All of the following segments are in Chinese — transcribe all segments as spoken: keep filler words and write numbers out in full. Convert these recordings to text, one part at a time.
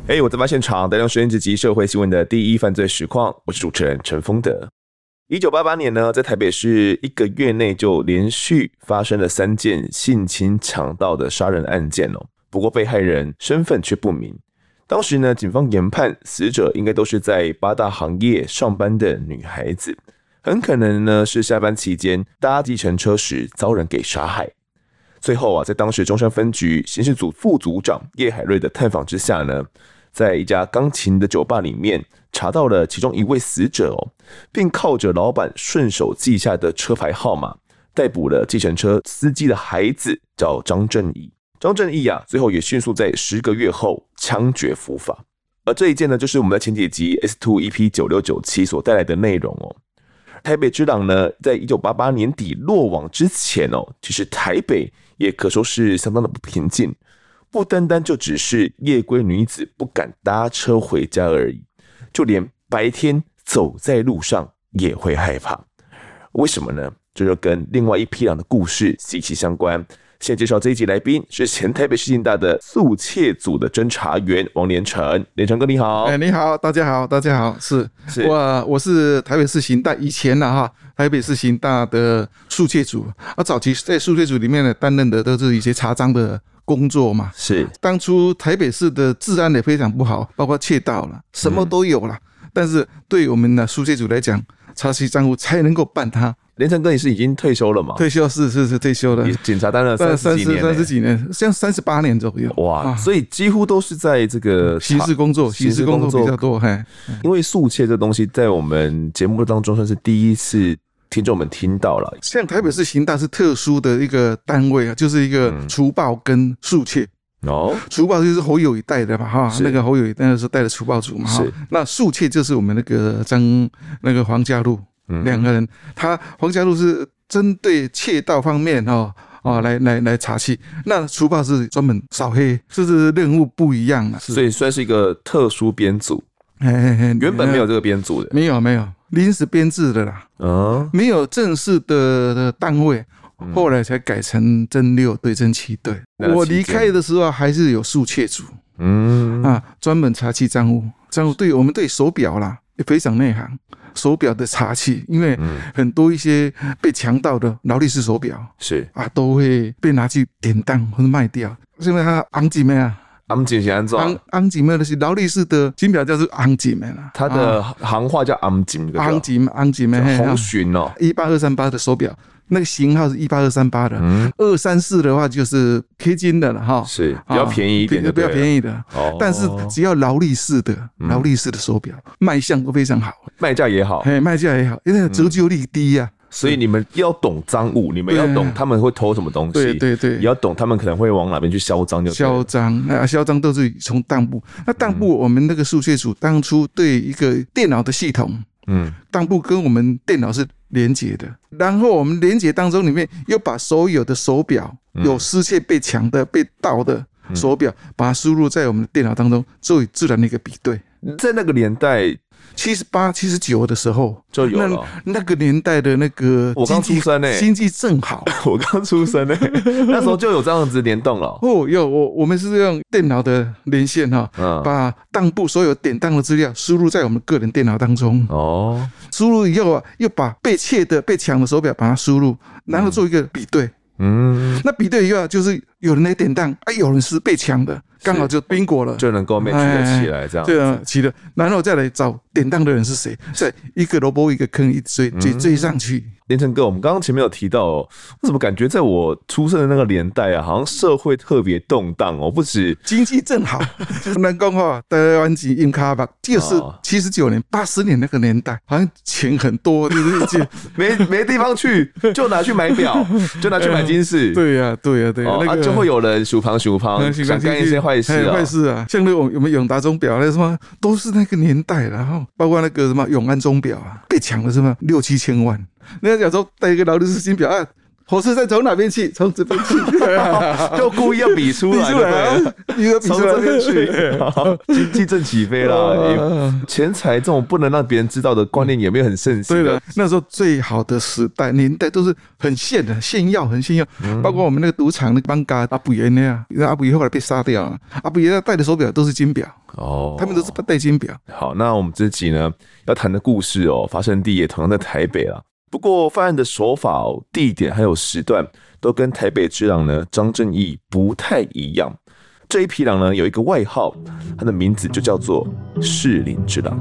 嘿、hey, 我在发现场带动时间之及社会新闻的第一犯罪实况，我是主持人陈丰德。一九八八年呢，在台北市一个月内就连续发生了三件性侵强盗的杀人案件哦。不过被害人身份却不明。当时呢，警方研判死者应该都是在八大行业上班的女孩子，很可能呢是下班期间搭计程车时遭人给杀害。最后啊，在当时中山分局刑事组副组长叶海瑞的探访之下呢，在一家钢琴的酒吧里面查到了其中一位死者哦，并靠着老板顺手记下的车牌号码，逮捕了计程车司机的孩子，叫张正义。张正义啊，最后也迅速在十个月后枪决伏法。而这一件呢，就是我们的前几集 S 二 E P 九六九七 所带来的内容哦。台北之狼呢，在一九八八年底落网之前哦，其实台北也可说是相当的不平静。不单单就只是夜归女子不敢搭车回家而已，就连白天走在路上也会害怕。为什么呢？这就跟另外一匹狼的故事息息相关。现在介绍这一集来宾是前台北市刑大的速窃组的侦查员王连成。连成哥你好。 哎，你好，大家好，大家好，是是我我是台北市刑大以前啦哈，台北市刑大的速窃组啊，早期在速窃组里面呢，担任的都是一些查赃的工作嘛。 是当初台北市的治安也非常不好，包括窃盗了，什么都有了。嗯、但是对我们的速窃组来讲，查缉赃物才能够办它。 连成哥，你是已经退休了吗？ 退休是是是退休了， 警察担任了三十几年、欸， 三十几年，像三十八年左右。 哇、啊，所以几乎都是在这个刑事工作，刑事工作比较多。嘿， 因为速窃这东西在我们节目当中算是第一次听众们听到了。 像台北市刑大是特殊的一个单位啊，就是一个除暴跟速窃。哦，除暴就是侯友宜带的嘛，哈，那个侯友宜那个时候带的除暴组嘛，哈。那速窃就是我们那个张那个黄家禄。两个人，他黄家禄是针对窃盗方面哦哦来来来查缉，那除暴是专门扫黑，就是任务不一样啊， 所以算是一个特殊编组。原本没有这个编组的， 没有没有临时编制的啦，哦，没有正式的的单位，后来才改成侦六队、侦七队。我离开的时候还是有速窃组，嗯啊，专门查缉赃物，赃物对我们对手表啦也非常内行。手表的查缉，因为很多一些被强盗的劳力士手表是啊，都会被拿去典当或者卖掉，是因为它昂几枚啊， 昂几是安怎？ 昂昂几枚的是劳力士的金表，叫做昂几枚啦。 它的行话叫昂几， 昂几昂几枚， 红鲟哦， 一八二三八的手表。那个型号是一八二三八的，二三四的话就是 K 金的了哈， 是比较便宜一点的， 比较便宜的。哦，但是只要劳力士的劳力士的手表，卖相都非常好， 卖价也好， 哎，卖价也好，因为折旧率低呀。 所以你们要懂赃物，你们要懂他们会偷什么东西， 对对对， 也要懂他们可能会往哪边去销赃就销赃。那销赃都是从当部，那当部我们那个速窃组当初对一个电脑的系统。嗯，当部跟我们电脑是连结的，然后我们连结当中里面又把所有的手表有失窃、被抢的、被盗的手表，把它输入在我们的电脑当中，做自然的一个比对。 在那个年代， 七十八、七十九的时候就有了。 那, 那个年代的那个我刚出生呢、欸， 经济正好。 我刚出生呢、欸，那时候就有这样子联动了。 哦，有我我们是用电脑的连线哈，嗯、把当部所有典当的资料输入在我们个人电脑当中。哦，输入以后啊，又把被窃的、被抢的手表把它输入，然后做一个比对。嗯，那比对以后就是有人来典当，啊，有人是被抢的，刚好就宾果了， 就能够 match 得起来，这样对啊，起了，然后再来找典当的人是谁，再一个萝卜一个坑，一追追追上去。 连成哥，我们刚刚前面有提到哦，为什么感觉在我出生的那个年代啊，好像社会特别动荡哦，不止经济正好，就是能讲哈，台湾籍印卡吧，就是七十九年、八十年那个年代，好像钱很多，就是没没地方去，就拿去买表，就拿去买金饰。 对呀，对呀，对呀，那个就会有人数旁数旁想干一些坏事啊， 坏事啊，像那种有没有永达钟表那什么，都是那个年代，然后包括那个什么永安钟表啊，被抢了什么六七千万。人家讲说带一个劳力士金表啊， 火车站从哪边去？从这边去， 就故意要比出来， 出来，你从这边去，经济正起飞啦。钱财这种不能让别人知道的观念也没有很盛行。 对的，那时候最好的时代年代都是很炫的，炫耀，很炫耀。包括我们那个赌场那个邦嘎阿布爷那样，阿布爷后来被杀掉了，阿布爷戴的手表都是金表。哦，他们都是戴金表。 好，那我们这集呢要谈的故事哦，发生地也同样在台北啦。不过犯案的手法、哦、地点还有时段都跟台北之狼呢张正义不太一样。这一匹狼呢有一个外号，他的名字就叫做士林之狼。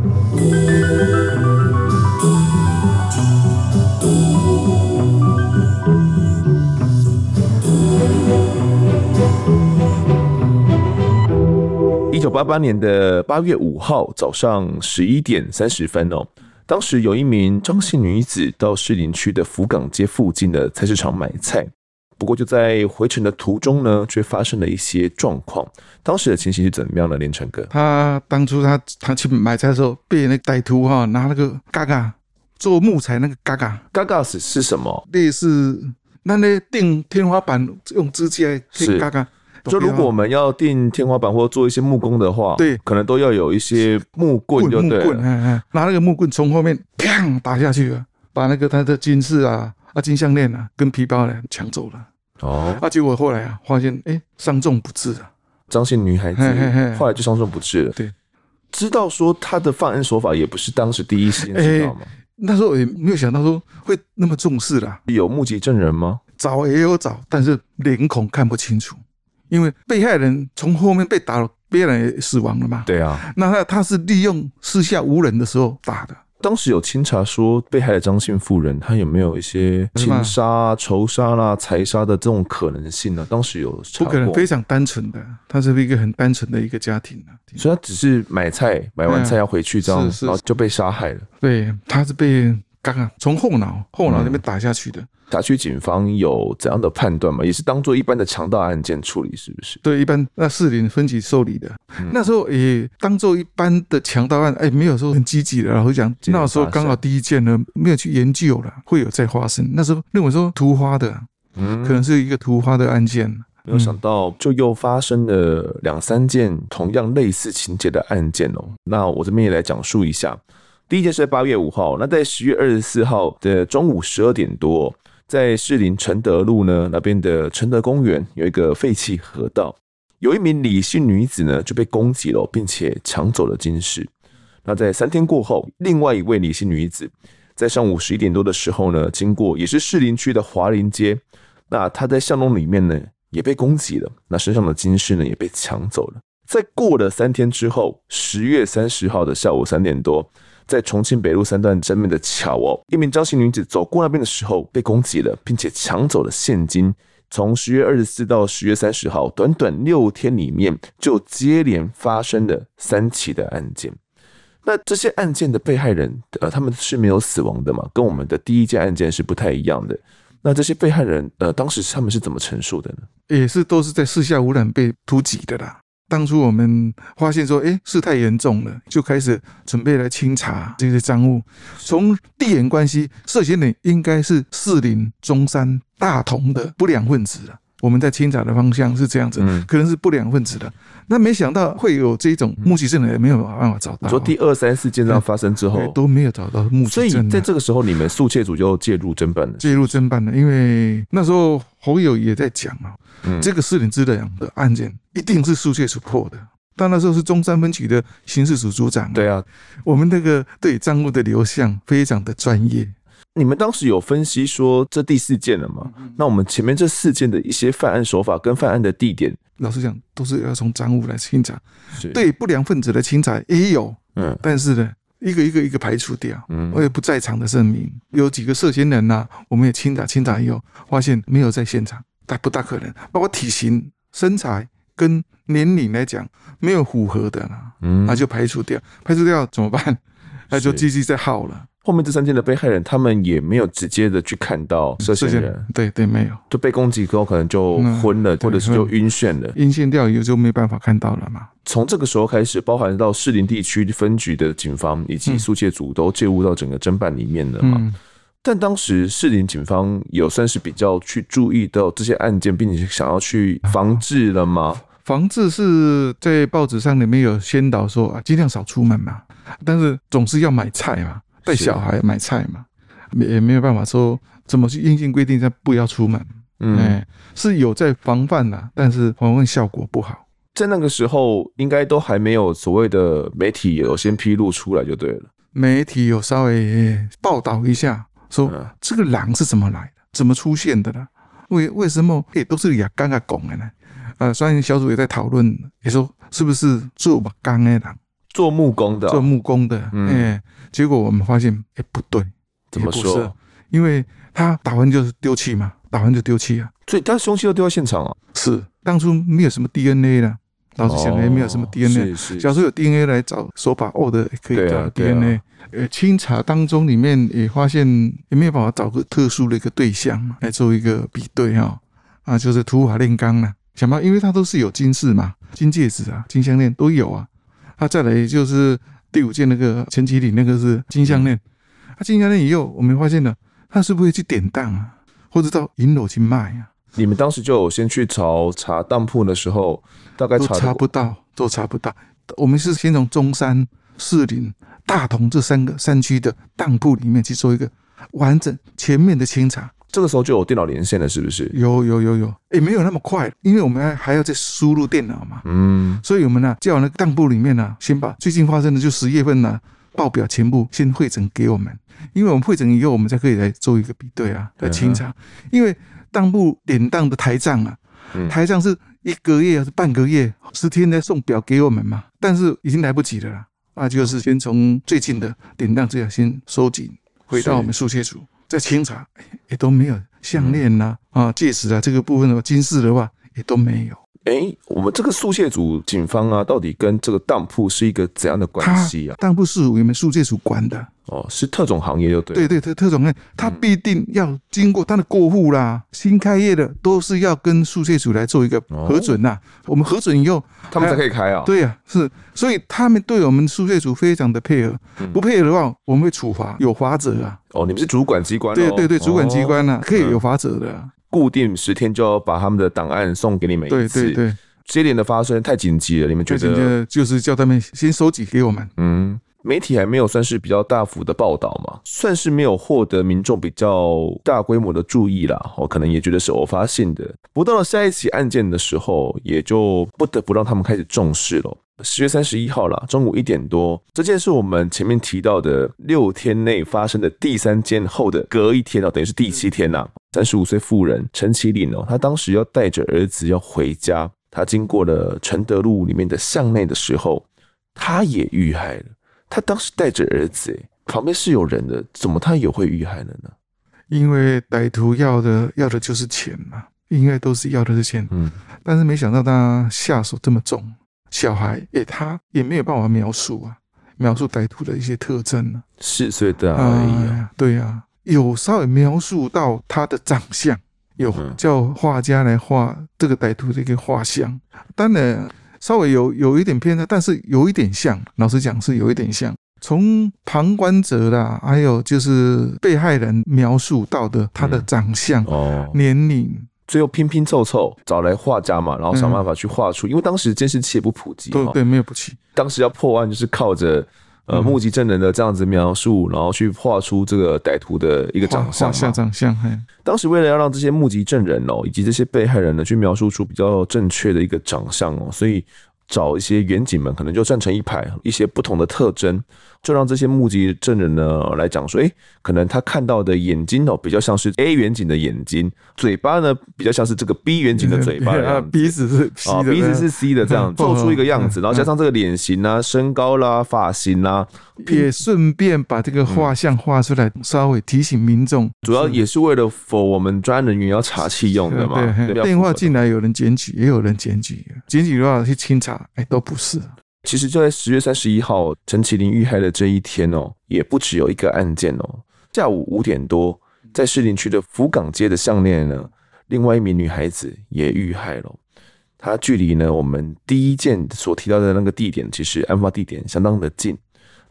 一九八八年的八月五号早上十一点三十分哦。当时有一名张姓女子到士林区的福港街附近的菜市场买菜，不过就在回程的途中呢，却发生了一些状况。当时的情形是怎么样呢？连成哥， 他当初他他去买菜的时候，被那个歹徒哈拿那个嘎嘎做木材那个嘎嘎， 嘎嘎是是什么？ 类似那那钉天花板用支架可以嘎嘎。 就如果我们要钉天花板或做一些木工的话， 对， 可能都要有一些木棍就对了， 木棍，哎哎，拿那个木棍从后面砰打下去了，把那个他的金饰啊、啊金项链啊跟皮包呢抢走了。哦，啊，结果后来啊发现，哎，伤重不治啊。 张姓女孩子嘿嘿嘿后来就伤重不治了。 对， 知道说他的犯案手法也不是当时第一时间知道吗？ 那时候也没有想到说会那么重视啦。 有目击证人吗？ 找也有找，但是脸孔看不清楚。因为被害人从后面被打了，被害人也死亡了嘛。 对啊， 那他他是利用四下无人的时候打的。 当时有清查说，被害的张姓妇人，她有没有一些情杀、仇杀啦、财杀的这种可能性呢？当时有查过。 不可能，非常单纯的，他是一个很单纯的一个家庭啊。 所以他只是买菜，买完菜要回去这样，然后就被杀害了。 对，他是被刚刚从后脑后脑那边打下去的。 辖区警方有怎样的判断吗？也是当做一般的强盗案件处理，是不是？ 对，一般那士林分级受理的，嗯、那时候也当做一般的强盗案，哎，没有说很积极的。然后讲那时候刚好第一件呢，没有去研究了，会有再发生。那时候认为说突发的，嗯，可能是一个突发的案件。 没有想到，就又发生了两三件同样类似情节的案件哦。那我这边也来讲述一下。第一件是在八月五号，那在十月二十四号的中午十二点多、哦。在士林承德路呢那边的承德公园有一个废弃河道，有一名李姓女子呢就被攻击了，并且抢走了金饰。那在三天过后，另外一位李姓女子在上午十一点多的时候呢，经过也是士林区的华林街，那她在巷弄里面呢也被攻击了，那身上的金饰呢也被抢走了。在过了三天之后，十月三十号的下午三点多。在重庆北路三段正面的桥哦，一名张姓女子走过那边的时候被攻击了，并且抢走了现金。从十月二十四到十月三十号，短短六天里面就接连发生了三起的案件。那这些案件的被害人，呃，他们是没有死亡的嘛，跟我们的第一件案件是不太一样的。那这些被害人，呃，当时他们是怎么陈述的呢？ 也是都是在四下无人被突击的啦。当初我们发现说，哎，事态严重了，就开始准备来清查这些赃物。从地缘关系，涉嫌人应该是士林、中山、大同的不良分子了。我们在清查的方向是这样子，嗯、可能是不良分子的。那没想到会有这种目击证人，也没有办法找到。 你说第二三四件这样发生之后， 都没有找到目击证人。 所以在这个时候，你们速窃组就介入侦办了。 介入侦办了，因为那时候侯友也在讲啊。嗯、这个士林之狼的案件一定是速窃组破的，但那时候是中山分局的刑事组组长、啊。 对啊， 我们那个对赃物的流向非常的专业。 你们当时有分析说这第四件了吗？嗯、那我们前面这四件的一些犯案手法跟犯案的地点， 老实讲都是要从赃物来清查。对不良分子的清查也有，嗯，但是呢，一个一个一个排除掉，嗯，我也不在场的证明，有几个涉嫌人啊，我们也清查清查以后，发现没有在现场。但不大可能，包括体型、身材跟年龄来讲没有符合的啦，嗯，那就排除掉，排除掉怎么办？那就继续再耗了。 后面这三件的被害人，他们也没有直接的去看到涉嫌人， 对对，没有， 就被攻击之后可能就昏了，嗯、或者是就晕眩了， 晕眩掉以后就没办法看到了嘛。 从这个时候开始，包含到士林地区分局的警方以及速窃组都介入到整个侦办里面了嘛。嗯但当时士林警方有算是比较去注意到这些案件，并且想要去防治了吗？ 防治是在报纸上里面有宣导说啊，尽量少出门嘛，但是总是要买菜嘛，带小孩买菜嘛，也没有办法说怎么去硬性规定他不要出门。嗯、欸，是有在防范啦，但是防范效果不好。 在那个时候，应该都还没有所谓的媒体有先披露出来就对了。 媒体有稍微报道一下。说这个狼是怎么来的，怎么出现的呢？为为什么也、欸、都是也刚刚讲的呢？呃，专业小组也在讨论，也说是不是做木工的狼， 做木工的、哦， 做木工的，嗯、欸，结果我们发现，哎、欸，不对， 怎么说？ 因为他打完就是丢弃嘛，打完就丢弃啊， 所以他凶器都丢到现场啊。 是，当初没有什么 D N A 啦。老实讲，也没有什么 D N A。假如有 D N A 来找手把握的，可以找 D N A。呃，清查当中里面也发现，也没有办法找个特殊的一个对象来做一个比对哈。啊，就是土法炼钢啦，想办法，因为它都是有金饰嘛，金戒指啊，金项链都有啊。啊，再来就是第五件那个陈其礼那个是金项链。啊，金项链以后我们发现了，他是不是去典当啊，或者到银楼去卖啊？ 你们当时就有先去找查当铺的时候，大概查都查不到，都查不到。我们是先从中山、士林、大同这三个山区的当铺里面去做一个完整全面的清查。 这个时候就有电脑连线了，是不是？ 有有有有，也没有那么快，因为我们还还要再输入电脑嘛。嗯，所以我们呢、啊，叫那个当铺里面呢、啊，先把最近发生的就十月份呢、啊、报表全部先汇整给我们，因为我们汇整以后，我们才可以来做一个比对啊，来清查，因为。当铺典当的台账啊，嗯、台账是一个月还是半个月、十天才送表给我们嘛，但是已经来不及了啦。啊，就是先从最近的典当资料先收集，回到我们数切组，再清查，也都没有项链呐、啊、啊戒指啊这个部分的话，金饰的话也都没有。 哎，我们这个速窃组警方啊，到底跟这个当铺是一个怎样的关系啊？ 当铺是我们速窃组管的。 哦，是特种行业就对了。 对对对，特种行业，它必定要经过它的过户啦。嗯、新开业的都是要跟速窃组来做一个核准呐、哦。我们核准以后， 他们才可以开啊。 对呀、啊，是，所以他们对我们速窃组非常的配合。嗯、不配合的话，我们会处罚，有罚则啊。 哦，你们是主管机关、哦。 对对对，主管机关啊，哦、可以有罚则的、啊嗯。 固定十天就要把他们的档案送给你们一次。 对对对。 接连的发生太紧急了，你们觉得？ 就是叫他们先收集给我们。 嗯，媒体还没有算是比较大幅的报道嘛，算是没有获得民众比较大规模的注意啦。我可能也觉得是偶发性的。不到了下一起案件的时候，也就不得不让他们开始重视了。十月三十一号啦，中午一点多，这件是我们前面提到的六天内发生的第三件后的隔一天哦，等于是第七天啦。三十五岁妇人陈其礼哦，她当时要带着儿子要回家。他经过了承德路里面的巷内的时候，他也遇害了。他当时带着儿子，旁边是有人的，怎么他也会遇害了呢？ 因为歹徒要的要的就是钱嘛，应该都是要的是钱。嗯，但是没想到他下手这么重，小孩也他也没有办法描述啊，描述歹徒的一些特征啊。 四岁的而已、啊呃，对啊，有稍微描述到他的长相。有叫画家来画这个歹徒的一个画像，当然稍微有有一点偏差，但是有一点像。老实讲是有一点像。从旁观者啦，还有就是被害人描述到的他的长相、嗯哦、年龄， 最后拼拼凑凑找来画家嘛，然后想办法去画出。嗯、因为当时监视器也不普及， 对对，没有普及。 当时要破案就是靠着。呃，目击证人的这样子描述，然后去画出这个歹徒的一个长相， 画下长相。 当时为了要让这些目击证人哦，以及这些被害人呢，去描述出比较正确的一个长相哦，所以找一些远景们可能就站成一排，一些不同的特征，就让这些目击证人呢来讲说，哎，可能他看到的眼睛哦比较像是 A 远景的眼睛，嘴巴呢比较像是这个 B 远景的嘴巴的样子， 鼻子是 C 的、哦， 鼻子是 C 的这样做出一个样子，然后加上这个脸型啊、身高啦、发型啦， 也顺便把这个画像画出来，稍微提醒民众， 主要也是为了 for 我们专案人员要查气用的嘛。 对，电话进来有人检举，也有人检举，检举的话去清查。哎，都不是。 其实就在十月三十一号，陈其礼遇害的这一天哦，也不只有一个案件哦。下午五点多，在士林区的福港街的巷内呢，另外一名女孩子也遇害了。她距离呢我们第一件所提到的那个地点，其实案发地点相当的近。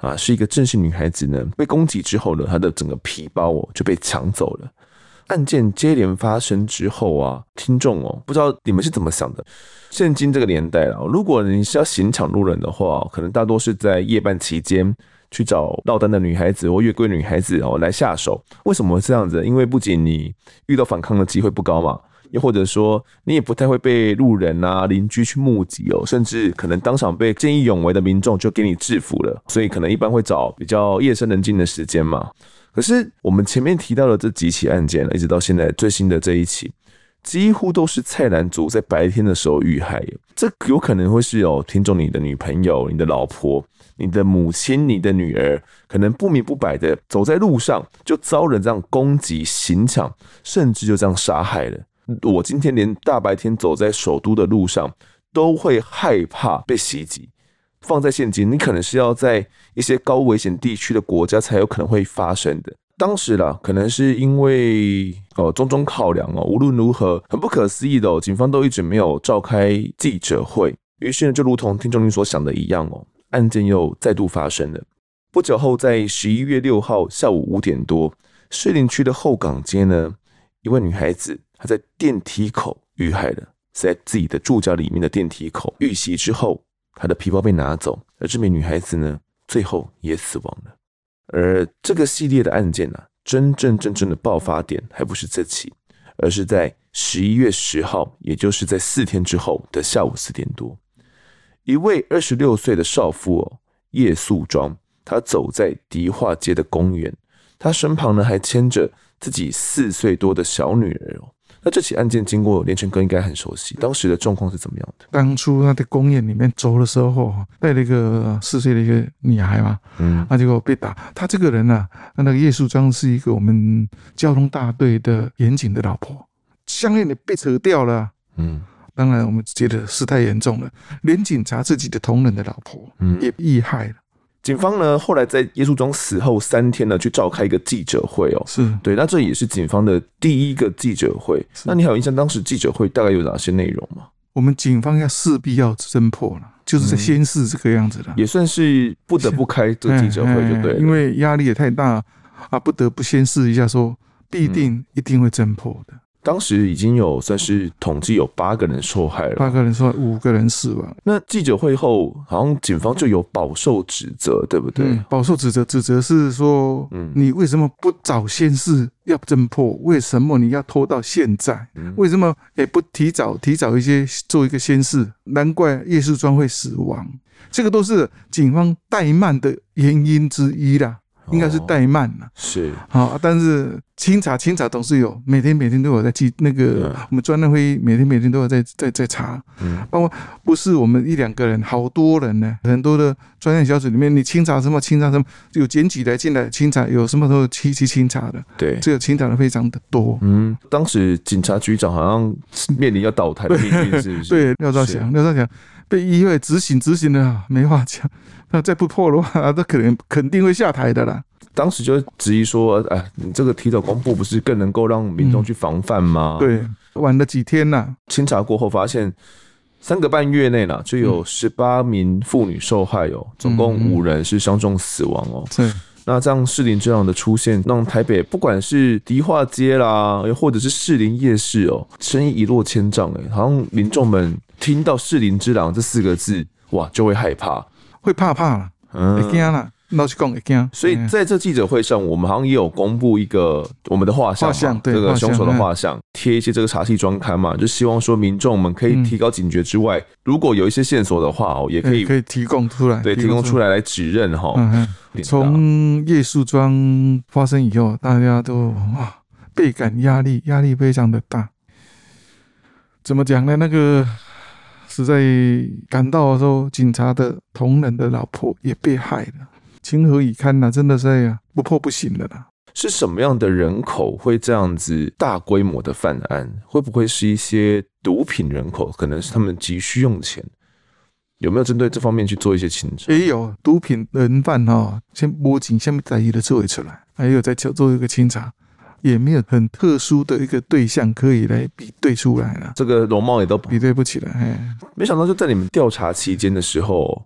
啊，是一个郑姓女孩子呢，被攻击之后呢，她的整个皮包哦就被抢走了。案件接连发生之后啊，听众哦，不知道你们是怎么想的？现今这个年代啦，如果你是要行抢路人的话，可能大多是在夜半期间去找落单的女孩子或月桂女孩子哦来下手。为什么会这样子？因为不仅你遇到反抗的机会不高嘛，又或者说你也不太会被路人啊、邻居去目击哦，甚至可能当场被见义勇为的民众就给你制服了，所以可能一般会找比较夜深人静的时间嘛。可是我们前面提到的这几起案件，一直到现在最新的这一起，几乎都是菜篮族在白天的时候遇害。这有可能会是有听众你的女朋友、你的老婆、你的母亲、你的女儿，可能不明不白的走在路上就遭人这样攻击、行抢，甚至就这样杀害了。我今天连大白天走在首都的路上都会害怕被袭击。放在现今，你可能是要在一些高危险地区的国家才有可能会发生的。当时啦，可能是因为呃种种考量哦，无论如何，很不可思议的哦，警方都一直没有召开记者会。于是呢，就如同听众您所想的一样哦，案件又再度发生了。不久后，在十一月六号下午五点多，士林区的后港街呢，一位女孩子她在电梯口遇害了，是在自己的住家里面的电梯口遇袭之后。她的皮包被拿走，而这名女孩子呢，最后也死亡了。而这个系列的案件啊，真正真正的爆发点还不是这起，而是在十一月十号，也就是在四天之后的下午四点多，一位二十六岁的少妇哦，叶素庄，她走在迪化街的公园，她身旁呢还牵着自己四岁多的小女儿哦。那这起案件经过连成哥应该很熟悉，当时的状况是怎么样的？ 当初他在公园里面走的时候，带了一个四岁的一个女孩嘛，嗯，他结果被打。他这个人啊，那个叶素庄是一个我们交通大队的员警的老婆，项链也被扯掉了，嗯，当然我们觉得事态严重了，连警察自己的同仁的老婆也遇害了。 警方呢，后来在叶素庄死后三天呢，去召开一个记者会哦。 是对，那这也是警方的第一个记者会。那你还有印象当时记者会大概有哪些内容吗？ 我们警方要势必要侦破了，就是在先是这个样子的、嗯， 也算是不得不开这个记者会就对了， 因为压力也太大啊，不得不先试一下说，必定一定会侦破的。 当时已经有算是统计有八个人受害了， 八个人受害，五个人死亡。 那记者会后，好像警方就有饱受指责，对不对？ 嗯、饱受指责，指责是说，嗯，你为什么不早先试要侦破？为什么你要拖到现在？嗯、为什么也不提早提早一些做一个先试？难怪叶素庄会死亡，这个都是警方怠慢的原因之一啦。应该是怠慢了、哦， 是好，但是清查清查总是有，每天每天都有在记那个、嗯、我们专案会议，每天每天都有在在在查，嗯，包括不是我们一两个人，好多人呢，很多的专案小组里面，你清查什么清查什么，有检举来进来清查，有什么都去去清查的， 对， 这个清查的非常的多， 嗯，当时警察局长好像面临要倒台的命运，是不是？ 对，廖兆祥，廖兆祥被议会执行执行了，没话讲。那再不破的话，那可能肯定会下台的啦。 当时就质疑说：“哎，你这个提早公布，不是更能够让民众去防范吗？” 嗯、对，晚了几天呐。 清查过后发现，三个半月内呢，就有十八名妇女受害哦，总共五人是伤重死亡哦。 对、嗯， 那这样士林这样的出现，让台北不管是迪化街啦，又或者是士林夜市哦，生意一落千丈哎，好像民众们听到士林之狼这四个字，哇，就会害怕。 会怕怕了，嗯，会惊啦，老实讲会惊。 所以在这记者会上，我们好像也有公布一个我们的画像，画像对这个凶手的画像，贴一些这个查系专刊嘛，就希望说民众们可以提高警觉之外，嗯、如果有一些线索的话哦，也可以可以提供出来， 对，提供出来来指认哈。 从叶素庄发生以后，大家都哇倍感压力，压力非常的大。怎么讲呢？那个。实在赶到的时候，警察的同仁的老婆也被害了，情何以堪呐、啊！真的是呀，不破不行了啦。 是什么样的人口会这样子大规模的犯案？会不会是一些毒品人口？可能是他们急需用钱？有没有针对这方面去做一些清查？ 也有毒品人贩哈、哦，先摸紧下面在意的做出来，还有在做一个清查。也没有很特殊的一个对象可以来比对出来了， 这个容貌也都比对不起来。 没想到就在你们调查期间的时候，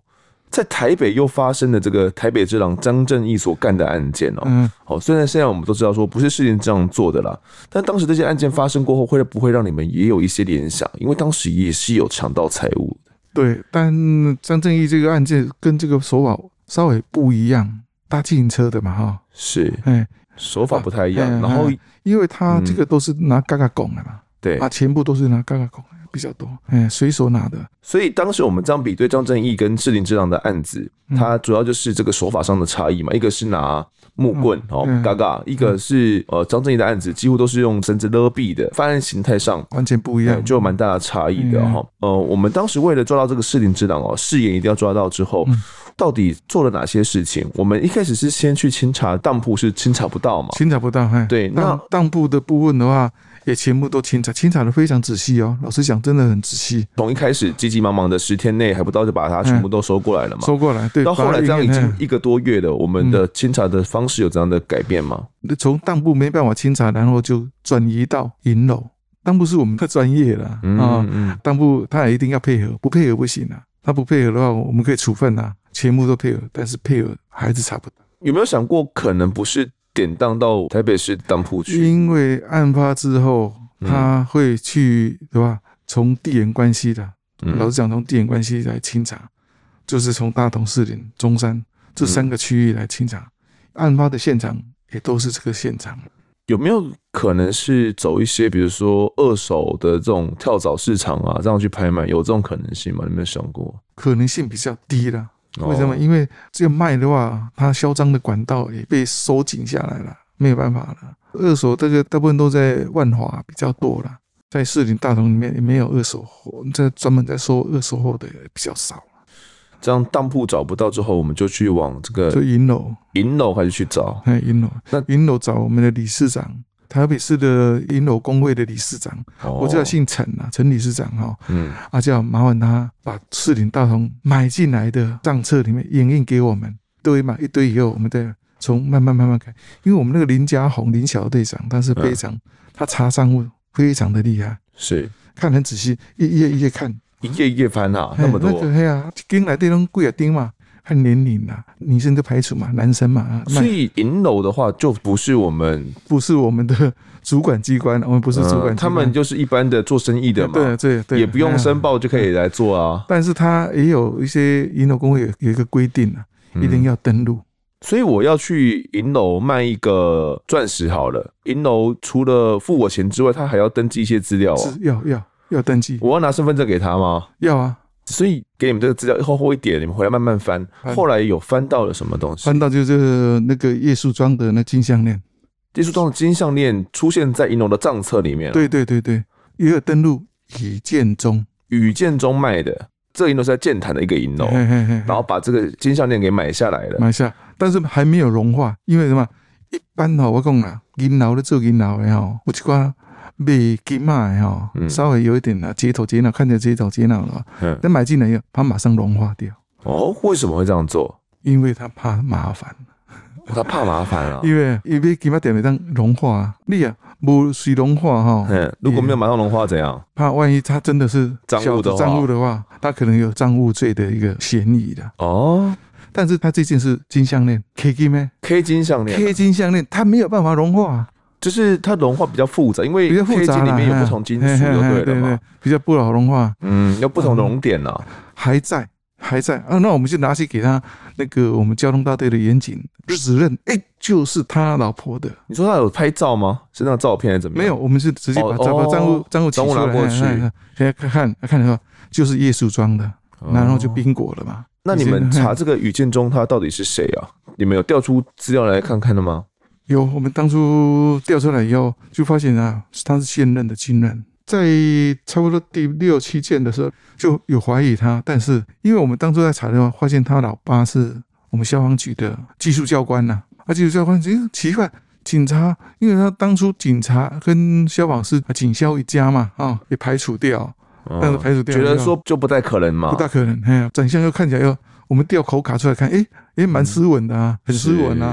在台北又发生了这个台北之狼张正义所干的案件哦。嗯，好，虽然现在我们都知道说不是士林这样做的啦，但当时这些案件发生过后，会不会让你们也有一些联想？因为当时也是有抢到财物的。 对，但张正义这个案件跟这个手法稍微不一样，搭计程车的嘛，哈， 是，哎，手法不太一样。然后， 因为他这个都是拿嘎嘎拱的嘛， 对， 啊，全部都是拿嘎嘎拱。比较多，哎，随手拿的。 所以当时我们这样比对张正义跟士林之狼的案子，它主要就是这个手法上的差异嘛。一个是拿木棍哦，嘎嘎；一个是呃张正义的案子，几乎都是用绳子勒毙的，犯案形态上完全不一样， 就有蛮大的差异的哈。呃，我们当时为了抓到这个士林之狼哦，誓言一定要抓到之后，到底做了哪些事情？我们一开始是先去清查当铺，是清查不到嘛？ 清查不到，哎， 对，那当铺的部分的话。也全部都清查，清查的非常仔细哦。老实讲，真的很仔细。 从一开始急急忙忙的十天内还不到就把它全部都收过来了嘛？ 收过来，对。 到后来这样已经一个多月了，我们的清查的方式有这样的改变吗？ 从当铺没办法清查，然后就转移到银楼。当铺是我们的专业啦，嗯嗯，当铺他也一定要配合，不配合不行啊。他不配合的话，我们可以处分啊，全部都配合，但是配合还是查不到。 有没有想过，可能不是典当到台北市当铺去？ 因为案发之后。他会去对吧？从地缘关系的，老实讲，从地缘关系来清查，就是从大同、士林、中山这三个区域来清查。案发的现场也都是这个现场。 有没有可能是走一些，比如说二手的这种跳蚤市场啊，这样去拍卖，有这种可能性吗？你有没有想过？ 可能性比较低啦。为什么？因为这个卖的话，它销赃的管道也被收紧下来了。没有办法了，二手这个大部分都在万华比较多了，在士林、大同里面也没有二手货，这专门在收二手货的也比较少。 这样当铺找不到之后，我们就去往这个就银楼， 银楼还是去找？ 哎，银楼。那银楼找我们的理事长，台北市的银楼工会的理事长，哦、我叫姓陈啊，陈理事长哈，嗯，啊，叫麻烦他把士林、大同买进来的账册里面影印给我们，堆嘛一堆以后，我们再。从慢慢慢慢看，因为我们那个林家宏林小队长，他是非常、嗯、他查账务非常的厉害， 是看很仔细，一页一页看， 一页一页翻啊，那么多。 那个哎呀，跟来对拢贵啊丁嘛，看年龄啦，女生就排除嘛，男生嘛。 所以银楼的话，就不是我们不是我们的主管机关，我们不是主管机关、嗯， 他们就是一般的做生意的嘛， 对对对， 也不用申报就可以来做啊。 但是他也有一些银楼工会有有一个规定啊，一定要登录。 所以我要去银楼卖一个钻石好了，银楼除了付我钱之外，他还要登记一些资料哦。 是，要要要登记。 我要拿身份证给他吗？ 要啊。 所以给你们这个资料厚厚一点，你们回来慢慢翻。后来有翻到了什么东西？ 翻到就是那个叶树庄的那金项链。 叶树庄的金项链出现在银楼的账册里面、啊。 对对对对，也有登录宇建中， 宇建中卖的。这个银楼是在建潭的一个银楼，然后把这个金项链给买下来了， 买下，但是还没有融化，因为什么？一般哈、喔，我讲啦，银楼咧做银楼的哈，有一寡卖金嘛的哈，稍微有一点啦，接头接脑，看起来接头接脑了，嗯，但买进来以后，它马上融化掉。 哦，为什么会这样做？ 因为他怕麻烦。 他怕麻烦啊， 因为因为金嘛点没当融化啊，你啊不水融化哈， 嗯，如果没有马上融化怎样？ 怕万一他真的是赃物的话， 赃物的话，他可能有赃物罪的一个嫌疑的哦。但是他这件是金项链 ，K 金咩 ？K 金项链 ，K 金项链，它没有办法融化， 就是它融化比较复杂，因为 K 金里面有不同金属，就对了嘛， 比较不好融化， 嗯，有不同熔点啊， 还在。还在啊，那我们就拿去给他那个我们交通大队的员警指认，哎、欸，就是他老婆的。 你说他有拍照吗？是那个照片还是怎么样？ 没有，我们是直接把账务账务账务拿过去， 现在看看看的话，就是叶树庄的，哦、然后就宾果了嘛。 那你们查这个宇建中他到底是谁啊？你们有调出资料来看看的吗？ 有，我们当初调出来以后，就发现啊，他是现任的军人。在差不多第六七件的时候就有怀疑他，但是因为我们当初在查的话，发现他老爸是我们消防局的技术教官呐、啊，啊技术教官奇怪，警察因为他当初警察跟消防是警消一家嘛，啊、哦、也排除掉，哦、但是排除掉， 觉得说就不太可能嘛， 不大可能，哎呀，长相又看起来又我们调口卡出来看，哎哎蛮斯文的啊，很斯文啊。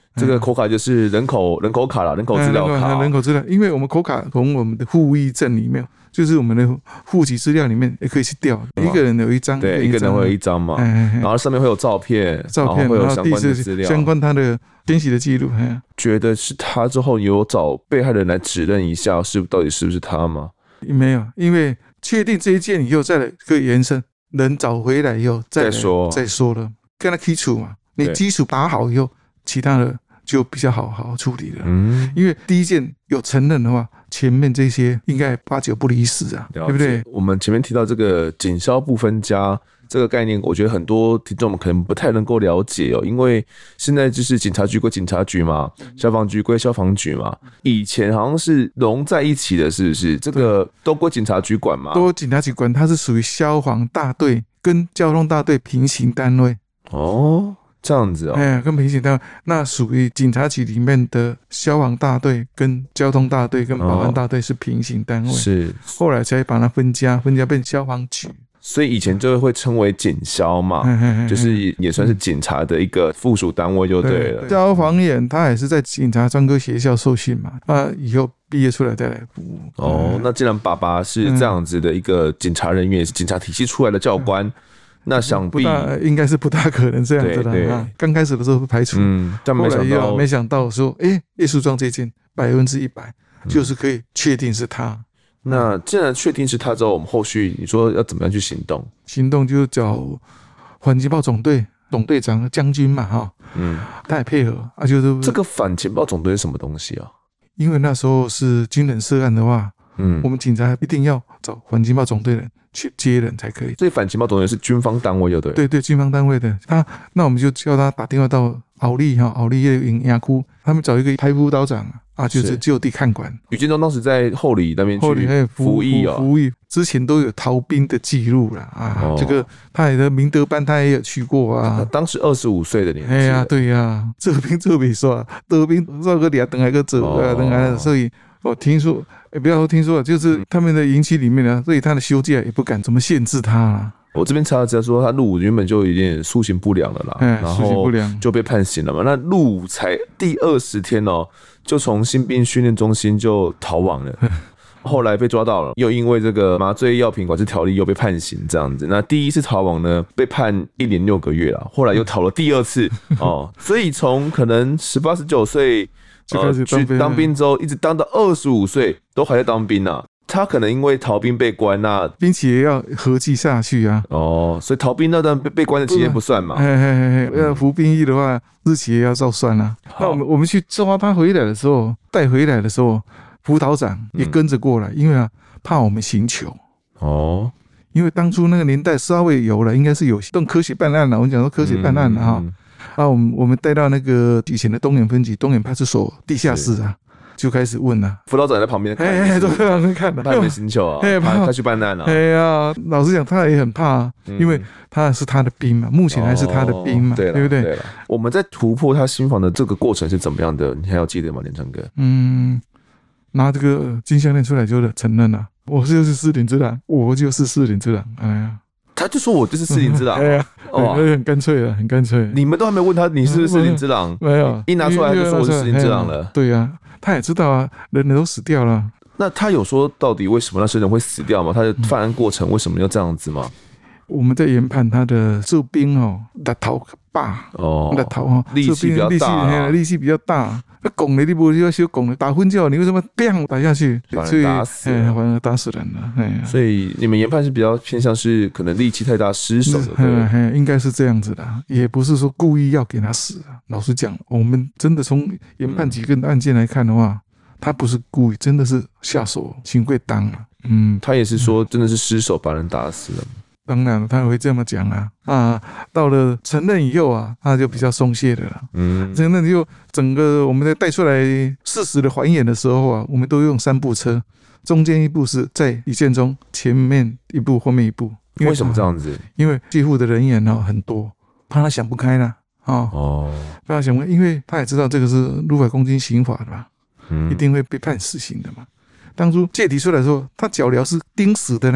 这个口卡就是人口人口卡啦，人口资料卡、 哦，人口资料，因为我们口卡从我们的户役证里面，就是我们的户籍资料里面也可以去调，一个人有一张， 对，一个人会有一张嘛，然后上面会有照片， 照片， 然后会有相关的资料， 相关他的迁徙的记录。 觉得是他之后有找被害人来指认一下，是到底是不是他吗？ 没有，因为确定这一件以后再来可以延伸，人找回来以后再来再说再说了，跟他基础嘛，你基础打好以后，其他的就比较好好处理了。嗯，因为第一件有承认的话，前面这些应该八九不离十啊，对不对？ 我们前面提到这个警消不分家这个概念，我觉得很多听众们可能不太能够了解哦，因为现在就是警察局归警察局嘛，消防局归消防局嘛，以前好像是融在一起的，是不是？这个都归警察局管嘛？ 都警察局管，它是属于消防大队跟交通大队平行单位。 哦，这样子哦， 哎，跟平行单位，那属于警察局里面的消防大队跟交通大队跟保安大队是平行单位，哦、 是后来才把它分家，分家变消防局。 所以以前就会称为警消嘛，嘿嘿嘿，就是也算是警察的一个附属单位就对了。 消防员他也是在警察专科学校受训嘛，啊，以后毕业出来再来服务。 哦，那既然爸爸是这样子的一个警察人员，也是警察体系出来的教官。嗯，那想必应该是不大可能这样子的啊。刚开始的时候不排除，嗯， 但没想到没想到说，哎、欸，叶树庄这件百分之一百就是可以确定是他。 那既然确定是他之后，我们后续你说要怎么样去行动？ 行动就找反情报总队总队长将军嘛，哈，嗯，他也配合啊，就是这个反情报总队是什么东西啊？ 因为那时候是军人涉案的话，嗯，我们警察一定要找反情报总队人去接人才可以。 所以反情报总队是军方单位，就对。 对对，军方单位的他，那我们就叫他打电话到鳌立哈，鳌立营牙窟，他们找一个排辅导长啊，就是就地看管。 余建中当时在后里那边去服役哦， 服役之前都有逃兵的记录了啊。哦、这个他也的明德班，他也有去过啊。 当时二十五岁的年纪。 哎呀，对呀、啊，这兵这没说，得兵这个俩等来个走啊，等来，所以我听说，哎，不要说听说了，就是他们的营区里面呢，所以他的休假也不敢怎么限制他了。 我这边查了资料说，他入伍原本就有点苏醒不良了啦， 然后就被判刑了嘛。那入伍才第二十天哦，就从新兵训练中心就逃亡了。后来被抓到了，又因为这个麻醉药品管制条例又被判刑这样子。那第一次逃亡呢，被判一年六个月了。后来又逃了第二次哦，所以从可能十八十九岁就开始当兵、呃、 去当兵之后，一直当到二十五岁都还在当兵啊。他可能因为逃兵被关，那兵期也要合计下去啊。 哦，所以逃兵那段被被关的期间不算嘛。 嘿嘿嘿，要服兵役的话，日期也要照算啊。那我们我们去抓他回来的时候，带回来的时候，辅导长也跟着过来，嗯、因为啊，怕我们刑求。哦，因为当初那个年代稍微有了，应该是有动科学办案了。我们讲说科学办案了哈。嗯、啊，我们我们带到那个以前的东眼分局、东眼派出所地下室啊。就开始问了， 辅导长也在旁边看， 哎哎，都在旁边看的， 他也没刑求啊，他他去办案了。 哎呀，老实讲，他也很怕，因为他是他的兵嘛，目前还是他的兵嘛，对不对？ 对了，我们在突破他心防的这个过程是怎么样的？你还要记得吗，连成哥？ 嗯，拿这个金项链出来就承认了，我就是四林之狼，我就是四林之狼。哎呀， 他就说我就是四林之狼， 哎呀，哦，很干脆了，很干脆。 你们都还没问他你是不是四林之狼， 没有， 一拿出来就说我是四林之狼了。 对呀。他也知道啊，人人都死掉了。 那他有说到底为什么那些人会死掉吗？他的犯案过程为什么要这样子吗？ 我们在研判他的驻兵哦，的头大哦，的头哦， 力气比较大， 力气比较大。那拱的你不要修拱的，打昏叫你为什么砰打下去？ 把人打死， 反而打死人了。哎， 所以你们研判是比较偏向是可能力气太大失手的，对， 应该是这样子的，也不是说故意要给他死。老实讲，我们真的从研判几个案件来看的话，他不是故意，真的是下手行贵当了。嗯， 他也是说真的是失手把人打死了。 当然他会这么讲啊啊！到了承认以后啊，他就比较松懈的了。嗯，承认就整个我们在带出来事实的还原的时候啊，我们都用三部车，中间一部是在李建中，前面一部，后面一部。 为什么这样子？ 因为戒护的人员呢很多，怕他想不开了啊。哦，怕他想不开，因为他也知道这个是入法攻击刑法的嘛，嗯，一定会被判死刑的嘛。当初戒提出来的时候，他脚镣是钉死的呢。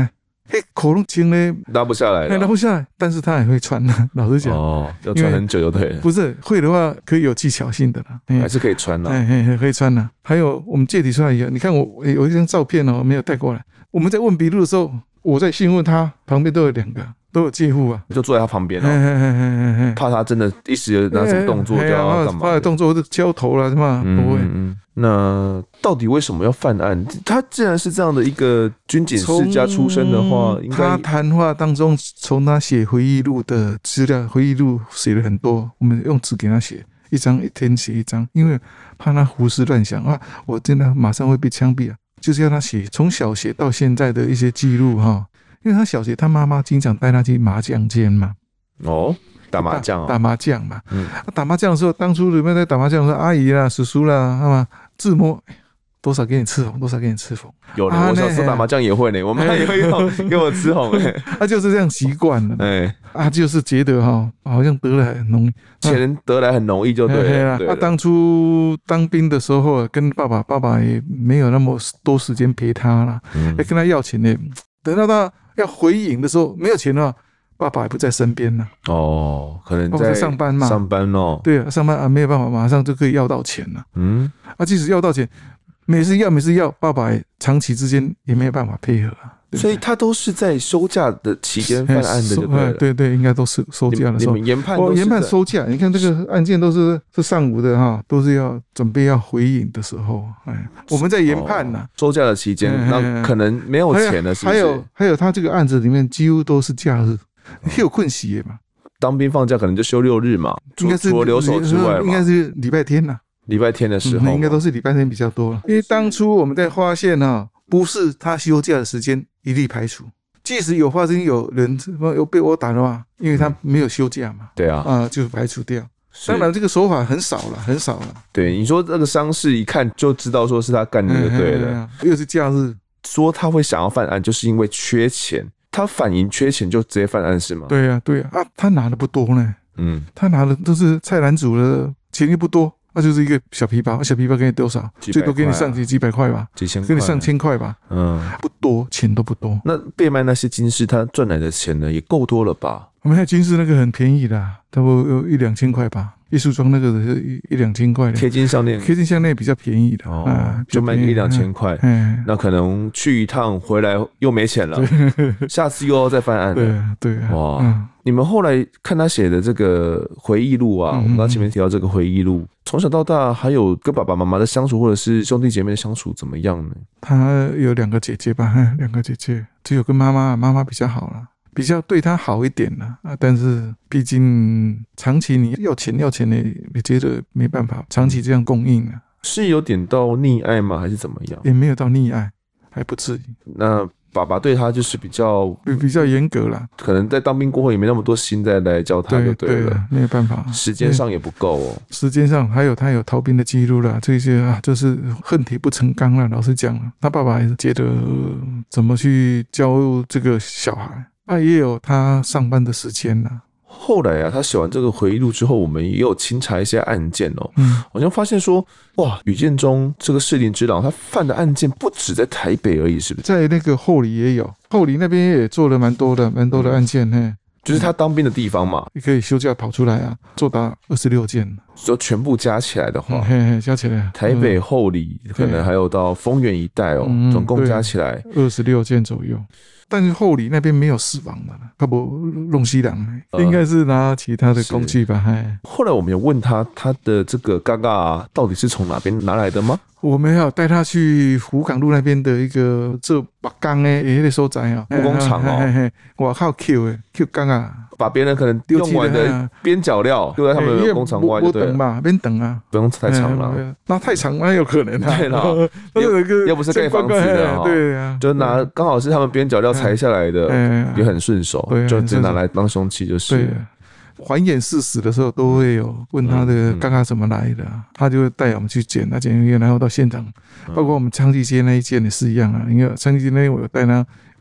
嘿，口拢轻嘞， 拉不下来， 拉不下来，但是他也会穿啊。老实讲， 哦，要穿很久就对了。 不是会的话，可以有技巧性的啦， 还是可以穿的， 哎，可以穿的。还有我们借题出来以后，你看我有一张照片哦，没有带过来。我们在问笔录的时候，我在询问他，旁边都有两个，都有介护啊， 就坐在他旁边哦，怕他真的一时拿什么动作就要干嘛？ 怕动作或者敲头了是吗？不会。 那到底为什么要犯案？他既然是这样的一个军警世家出身的话，应该他谈话当中，从他写回忆录的资料，回忆录写了很多，我们用纸给他写，一张一天写一张，因为怕他胡思乱想啊，我真的马上会被枪毙啊，就是要他写从小学到现在的一些记录哈，因为他小学他妈妈经常带他去麻将间嘛， 哦。打麻将、哦， 打麻将嘛。嗯，打麻将的时候，当初有没有在打麻将的时候，阿姨啦、叔叔啦，他们自摸多少给你吃红，多少给你吃红。 有呢，啊、我小时候打麻将也会呢，我妈也会用给我吃红哎。 他就是这样习惯了，哎，啊，就是觉得哈，好像得来很容易， 钱得来很容易就对了。 他、啊、当初当兵的时候，跟爸爸，爸爸也没有那么多时间陪他了，嗯、要跟他要钱呢。等到他要回营的时候，没有钱了。爸爸也不在身边了哦，可能在上班嘛， 上班哦， 对啊，上班啊，没有办法，马上就可以要到钱了。嗯，啊，即使要到钱，每次要每次要，爸爸长期之间也没有办法配合啊。 所以他都是在收假的期间犯案的，对不对？ 对对，应该都是收假的时候。 你们研判哦，研判收假，你看这个案件都是是上午的哈，都是要准备要回营的时候，哎，我们在研判呐、啊哦， 收假的期间，那可能没有钱了，是不是？ 还有还有，他这个案子里面几乎都是假日。有困息嘛？ 当兵放假可能就休六日嘛， 应该是除了留守之外， 应该是礼拜天呐。 礼拜天的时候、 嗯，应该都是礼拜天比较多了。因为当初我们在发现啊，不是他休假的时间一律排除，即使有发生有人有被殴打的话，因为他没有休假嘛， 对啊， 啊就排除掉。当然这个手法很少了，很少了。 对，你说这个伤势一看就知道说是他干的，就对了。 又是假日， 说他会想要犯案，就是因为缺钱。他反映缺钱就直接犯案是吗？ 对呀、啊，对呀、啊，啊，他拿的不多呢，嗯，他拿的都是菜篮子的钱又不多，那就是一个小皮包，小皮包给你多少？最多给你上几几百块吧， 几千块， 给你上千块吧，嗯，不多，钱都不多。 那变卖那些金饰，他赚来的钱呢，也够多了吧？ 我们看金饰那个很便宜的，差不多有一两千块吧。艺术装那个的一一两千块的贴金项链， 贴金项链比较便宜的哦， 啊、就卖一两千块。嗯，那可能去一趟回来又没钱了，下次又要再犯案了。 对对啊， 哇！嗯、你们后来看他写的这个回忆录啊，嗯、我们刚前面提到这个回忆录，从小到大还有跟爸爸妈妈的相处，或者是兄弟姐妹的相处怎么样呢？ 他有两个姐姐吧，两个姐姐，只有跟妈妈，妈妈比较好了。比较对他好一点了啊，但是毕竟长期你要钱要钱，你你觉得没办法长期这样供应啊， 是有点到溺爱吗？还是怎么样？ 也没有到溺爱，还不至于。 那爸爸对他就是比较比比较严格啦， 可能在当兵过后也没那么多心再来教他就对了， 对对没有办法， 时间上也不够哦。 时间上还有他有逃兵的记录啦，这些啊就是恨铁不成钢了。老实讲，他爸爸也是觉得怎么去教这个小孩。啊，也有他上班的时间啦。 后来啊，他写完这个回忆录之后，我们也有清查一些案件哦，嗯，好像发现说，哇，吕建中这个士林之狼，他犯的案件不止在台北而已，是不是？ 在那个后里也有，后里那边也做了蛮多的，蛮多的案件，嘿、嗯， 就是他当兵的地方嘛， 你可以休假跑出来啊，做达二十六件。 就全部加起来的话， 嗯、嘿嘿加起来， 台北后里、嗯、可能还有到丰原一带哦，嗯、总共加起来二十六件左右。但是后里那边没有死亡的，他不弄西郎，应该是拿其他的工具吧。 后来我们有问他，他的这个嘎嘎到底是从哪边拿来的吗？ 我们要带他去湖港路那边的一个做木工的那个所在啊， 木工厂哦， 我靠 Q 的 Q 钢啊， 把别人可能用完的边角料丢在他们的工厂外就对了嘛，边等啊， 不用太长了， 那太长那有可能啊， 对了，又不是盖房子的， 对啊， 就拿刚好是他们边角料裁下来的，也很顺手，就直接拿来当凶器就是。 还原事实的时候都会有问他的刚刚怎么来的、啊，他就会带我们去检他检验，然后到现场，包括我们昌吉街那一件也是一样啊。因为昌吉街那我有带他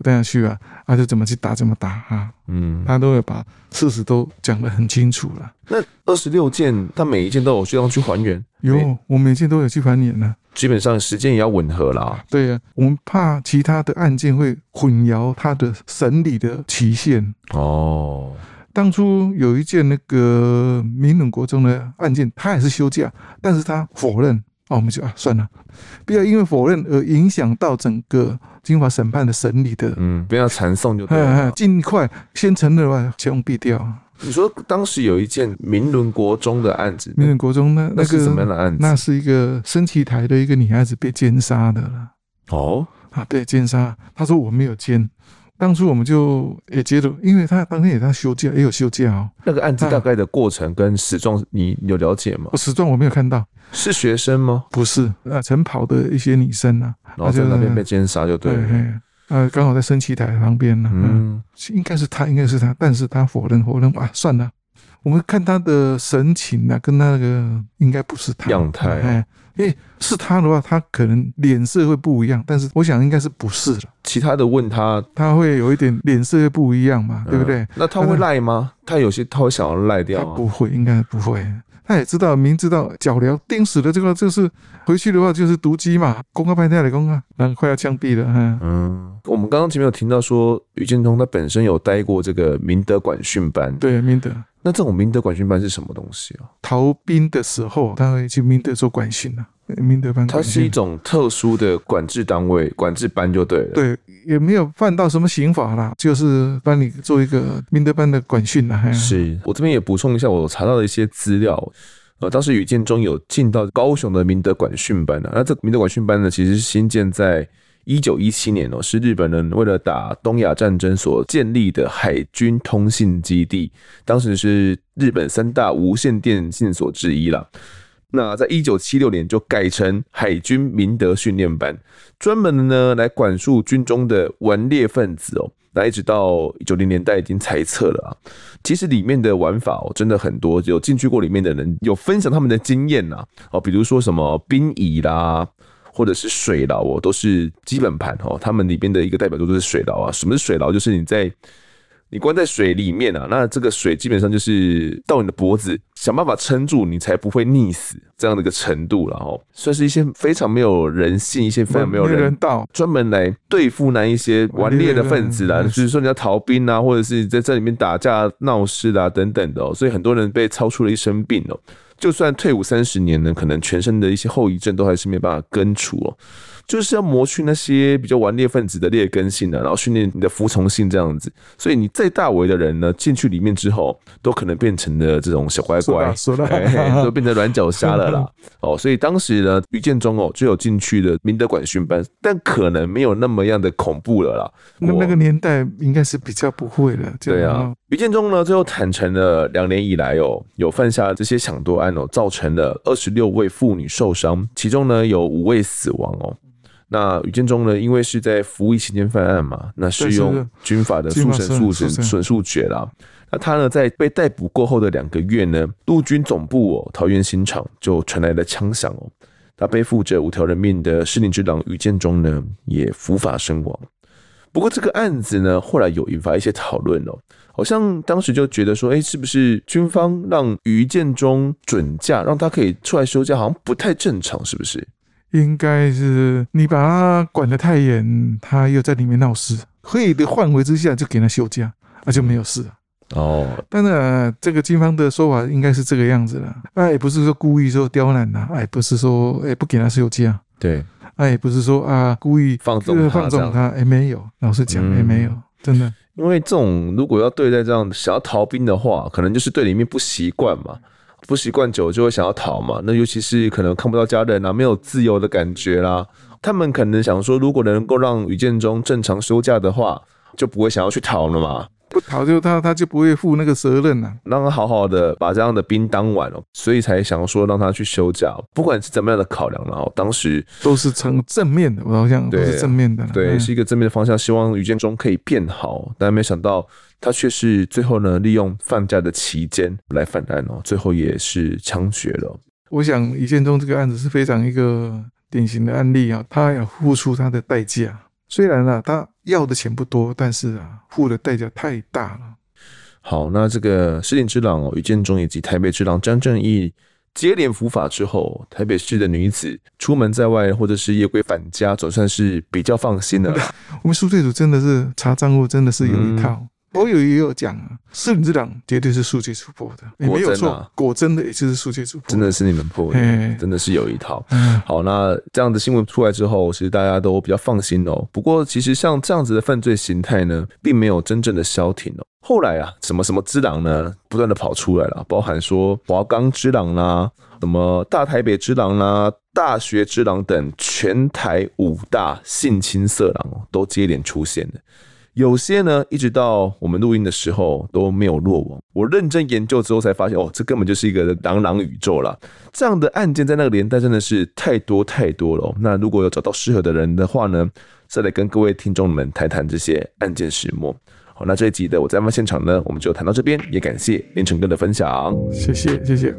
带下去啊，啊就怎么去打怎么打啊，嗯，他都会把事实都讲得很清楚了。 那二十六件，他每一件都有需要去还原？ 有，我每件都有去还原了。 基本上时间也要吻合啦。 对呀、啊，我们怕其他的案件会混淆他的审理的期限。哦，当初有一件那个明伦国中的案件，他也是休假，但是他否认。哦，我们就啊算了，不要因为否认而影响到整个军法审判的审理的。 嗯，不要缠讼就对了。 尽快先承认吧，枪毙掉。 你说当时有一件明伦国中的案子， 明伦国中那那是什么样的案子？ 那是一个升旗台的一个女孩子被奸杀的了。 哦， 啊，对，奸杀。她说我没有奸。当初我们就也觉得，因为他当天也他休假，也有休假哦。 那个案子大概的过程跟死状，你有了解吗？ 死状我没有看到。 是学生吗？ 不是，啊，晨跑的一些女生啊， 然后在那边被奸杀就对了。 对，呃，刚好在升旗台旁边呢。嗯，应该是他，应该是他，但是他否认，否认啊，算了。我们看他的神情啊，跟他那个应该不是他样态、啊。哎， 因为是他的话，他可能脸色会不一样，但是我想应该是不是了。 其他的问他， 他会有一点脸色会不一样嘛，嗯、对不对？ 那他会赖吗？他有些他会想要赖掉、啊， 他不会，应该不会。他也知道，明知道脚镣钉死的这个，就是回去的话就是毒鸡嘛，公告拍下来公啊，然后快要枪毙了。嗯， 嗯我们刚刚前面有听到说，余建中他本身有待过这个明德管训班， 对，明德。 那这种明德管训班是什么东西啊？ 逃兵的时候，他会去明德做管训啊。明德班， 它是一种特殊的管制单位、管制班就对了。 对，也没有犯到什么刑法啦，就是帮你做一个明德班的管训啦。 是我这边也补充一下，我查到的一些资料。呃，当时余建中有进到高雄的明德管训班啊。那这个明德管训班呢，其实是新建在一九一七年哦，是日本人为了打东亚战争所建立的海军通信基地，当时是日本三大无线电信所之一啦。那在一九七六年就改成海军明德训练班，专门呢来管束军中的顽劣分子哦。那一直到九零年代已经裁撤了啊。其实里面的玩法哦真的很多，有进去过里面的人有分享他们的经验呐哦，比如说什么兵役啦，或者是水牢哦，都是基本盘哦。他们里面的一个代表作就是水牢啊。什么是水牢？就是你在你关在水里面啊，那这个水基本上就是到你的脖子，想办法撑住，你才不会溺死这样的一个程度了哦。算是一些非常没有人性、一些非常没有人道，专门来对付那一些顽劣的分子啦，就是说你要逃兵啊，或者是在这里面打架闹事啊等等的哦。所以很多人被操出了一身病哦。就算退伍三十年呢，可能全身的一些后遗症都还是没办法根除哦。就是要磨去那些比较顽劣分子的劣根性啊，然后训练你的服从性这样子。所以你再大为的人呢，进去里面之后，都可能变成了这种小乖乖，都变成软脚虾了啦。哦，所以当时呢，余建中哦就有进去的明德管训班，但可能没有那么样的恐怖了啦。 那那个年代应该是比较不会的。 对啊，余建中呢最后坦诚了，两年以来哦，有犯下这些抢夺案哦，造成了二十六位妇女受伤，其中呢有五位死亡哦。那余建中呢，因为是在服役期间犯案嘛，那适用军法的速审速审损速决啦。那他呢，在被逮捕过后的两个月呢，陆军总部哦，桃园新厂就传来了枪响哦。他背负着五条人命的士林之狼余建中呢，也伏法身亡。不过这个案子呢，后来有引发一些讨论哦，好像当时就觉得说，哎，是不是军方让余建中准假，让他可以出来休假，好像不太正常，是不是？ 应该是你把他管得太严，他又在里面闹事，可以的范围之下就给他休假，那、啊、就没有事了。哦，当然这个军方的说法应该是这个样子了，那、啊、也不是说故意说刁难呐，也不是说哎不给他休假， 对， 那、啊、也不是说啊故意放纵他， 放纵他，哎没有，老实讲，哎、嗯、没有，真的， 因为这种如果要对待这样想要逃兵的话，可能就是对里面不习惯嘛。不习惯久就会想要逃嘛，那尤其是可能看不到家人啊，没有自由的感觉啦。他们可能想说，如果能够让余建中正常休假的话，就不会想要去逃了嘛。 不逃就他他就不会负那个责任啊， 让他好好的把这样的兵当完哦，所以才想说让他去休假。不管是怎么样的考量，然后当时都是呈正面的，我好像都是正面的， 对，是一个正面的方向，希望余建中可以变好，但没想到。他却是最后呢，利用放假的期间来犯案哦，最后也是枪决了。 我想余建中这个案子是非常一个典型的案例啊，他要付出他的代价。 虽然啊他要的钱不多，但是啊付的代价太大了。 好，那这个士林之狼哦，于建中以及台北之狼张正义接连伏法之后，台北市的女子出门在外或者是夜归返家，总算是比较放心了。 我们苏队组真的是查账户真的是有一套。嗯我有也有讲啊，士林之狼绝对是速界主破的，也没有错，果真的也就是速界主破， 真的是你们破的，真的是有一套。好，那这样的新闻出来之后，其实大家都比较放心哦。不过，其实像这样子的犯罪形态呢，并没有真正的消停哦。后来啊，什么什么之狼呢，不断的跑出来了，包含说华冈之狼啦，什么大台北之狼啦、大学之狼等全台五大性侵色狼哦，都接连出现了。有些呢，一直到我们录音的时候都没有落网。我认真研究之后才发现，哦，这根本就是一个狼狼宇宙啦。这样的案件在那个年代真的是太多太多了哦。那如果有找到适合的人的话呢，再来跟各位听众们谈谈这些案件始末。好，那这一集的我在案发现场呢，我们就谈到这边，也感谢连成哥的分享， 谢谢谢谢。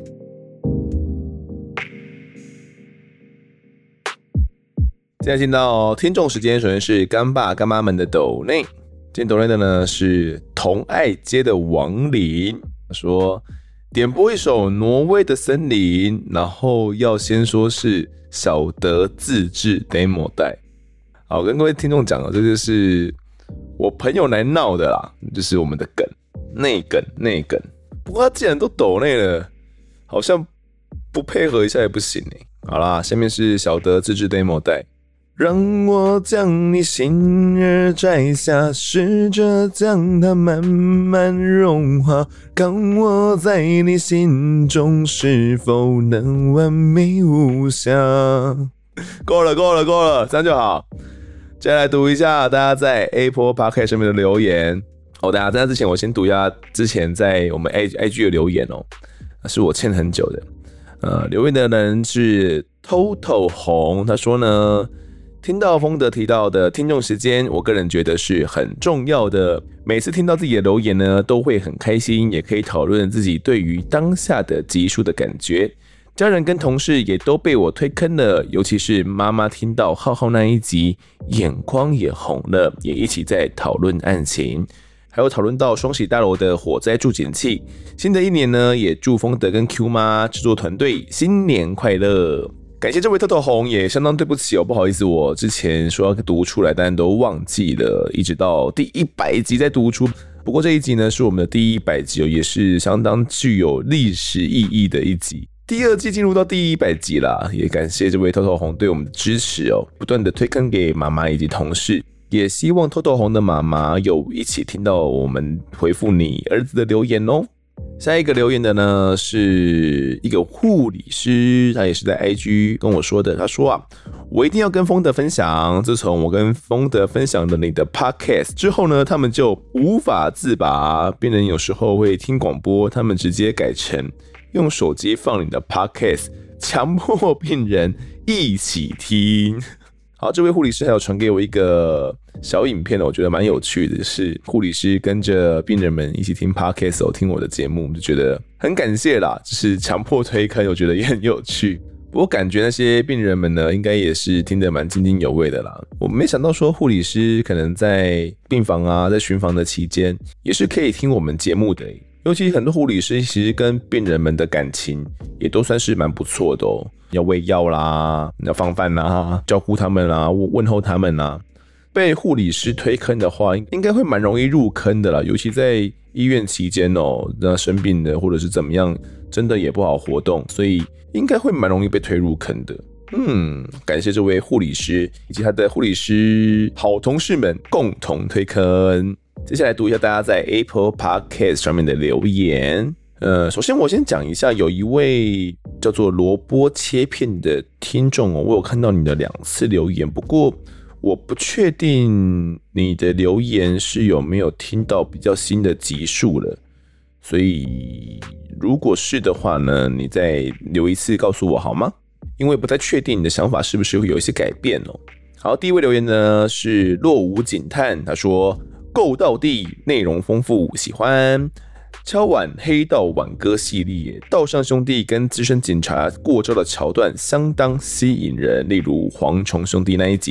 现在进到听众时间，首先是干爸干妈们的抖内。今天抖内的呢是同爱街的王林，他说点播一首挪威的森林，然后要先说是小德自制 demo 带。好，我跟各位听众讲了，这就是我朋友来闹的啦，就是我们的梗，内梗内梗。不过他既然都抖内了，好像不配合一下也不行欸。好啦，下面是小德自制 demo 带。让我将你心儿摘下，试着将它慢慢融化，看我在你心中是否能完美无瑕。够了够了够了，这样就好。接下来读一下大家在 Apple Podcast 上面的留言。哦，大家在之前我先读一下之前在我们 I G 的留言哦，是我欠很久的。呃，留言的人是 Toto 红，他说呢，听到丰德提到的听众时间，我个人觉得是很重要的。每次听到自己的留言呢，都会很开心，也可以讨论自己对于当下的集数的感觉。家人跟同事也都被我推坑了，尤其是妈妈听到浩浩那一集，眼眶也红了，也一起在讨论案情。还有讨论到双喜大楼的火灾助检器。新的一年呢，也祝丰德跟 Q 妈制作团队新年快乐。感谢这位特特红，也相当对不起哦，不好意思，我之前说要读出来，但都忘记了，一直到第一百集再读出。不过这一集呢，是我们的第一百集哦，也是相当具有历史意义的一集。第二季进入到第一百集啦，也感谢这位特特红对我们的支持哦，不断的推坑给妈妈以及同事，也希望特特红的妈妈有一起听到我们回复你儿子的留言哦。下一个留言的呢是一个护理师，他也是在 I G 跟我说的。他说啊，我一定要跟丰德分享。自从我跟丰德分享了你的 podcast 之后呢，他们就无法自拔。病人有时候会听广播，他们直接改成用手机放你的 podcast， 强迫病人一起听。好，这位护理师还有传给我一个小影片，我觉得蛮有趣的，是护理师跟着病人们一起听 podcast 听我的节目，就觉得很感谢啦，就是强迫推坑，我觉得也很有趣。不过感觉那些病人们呢，应该也是听得蛮津津有味的啦。我没想到说护理师可能在病房啊，在巡房的期间，也是可以听我们节目的。尤其很多护理师其实跟病人们的感情也都算是蛮不错的哦，要喂药啦，要放饭啦，照顾他们啦，问候他们啦。被护理师推坑的话，应该会蛮容易入坑的啦。尤其在医院期间哦，那生病的或者是怎么样，真的也不好活动，所以应该会蛮容易被推入坑的。嗯，感谢这位护理师以及他的护理师好同事们共同推坑。接下来读一下大家在 Apple Podcast 上面的留言。呃，首先我先讲一下，有一位叫做萝卜切片的听众哦，我有看到你的两次留言，不过我不确定你的留言是有没有听到比较新的集数了，所以如果是的话呢，你再留一次告诉我好吗？因为不太确定你的想法是不是会有一些改变哦。好，第一位留言呢是落无警探，他说够到地，内容丰富，喜欢。敲碗黑道挽歌系列，道上兄弟跟资深警察过招的桥段相当吸引人，例如蝗虫兄弟那一集，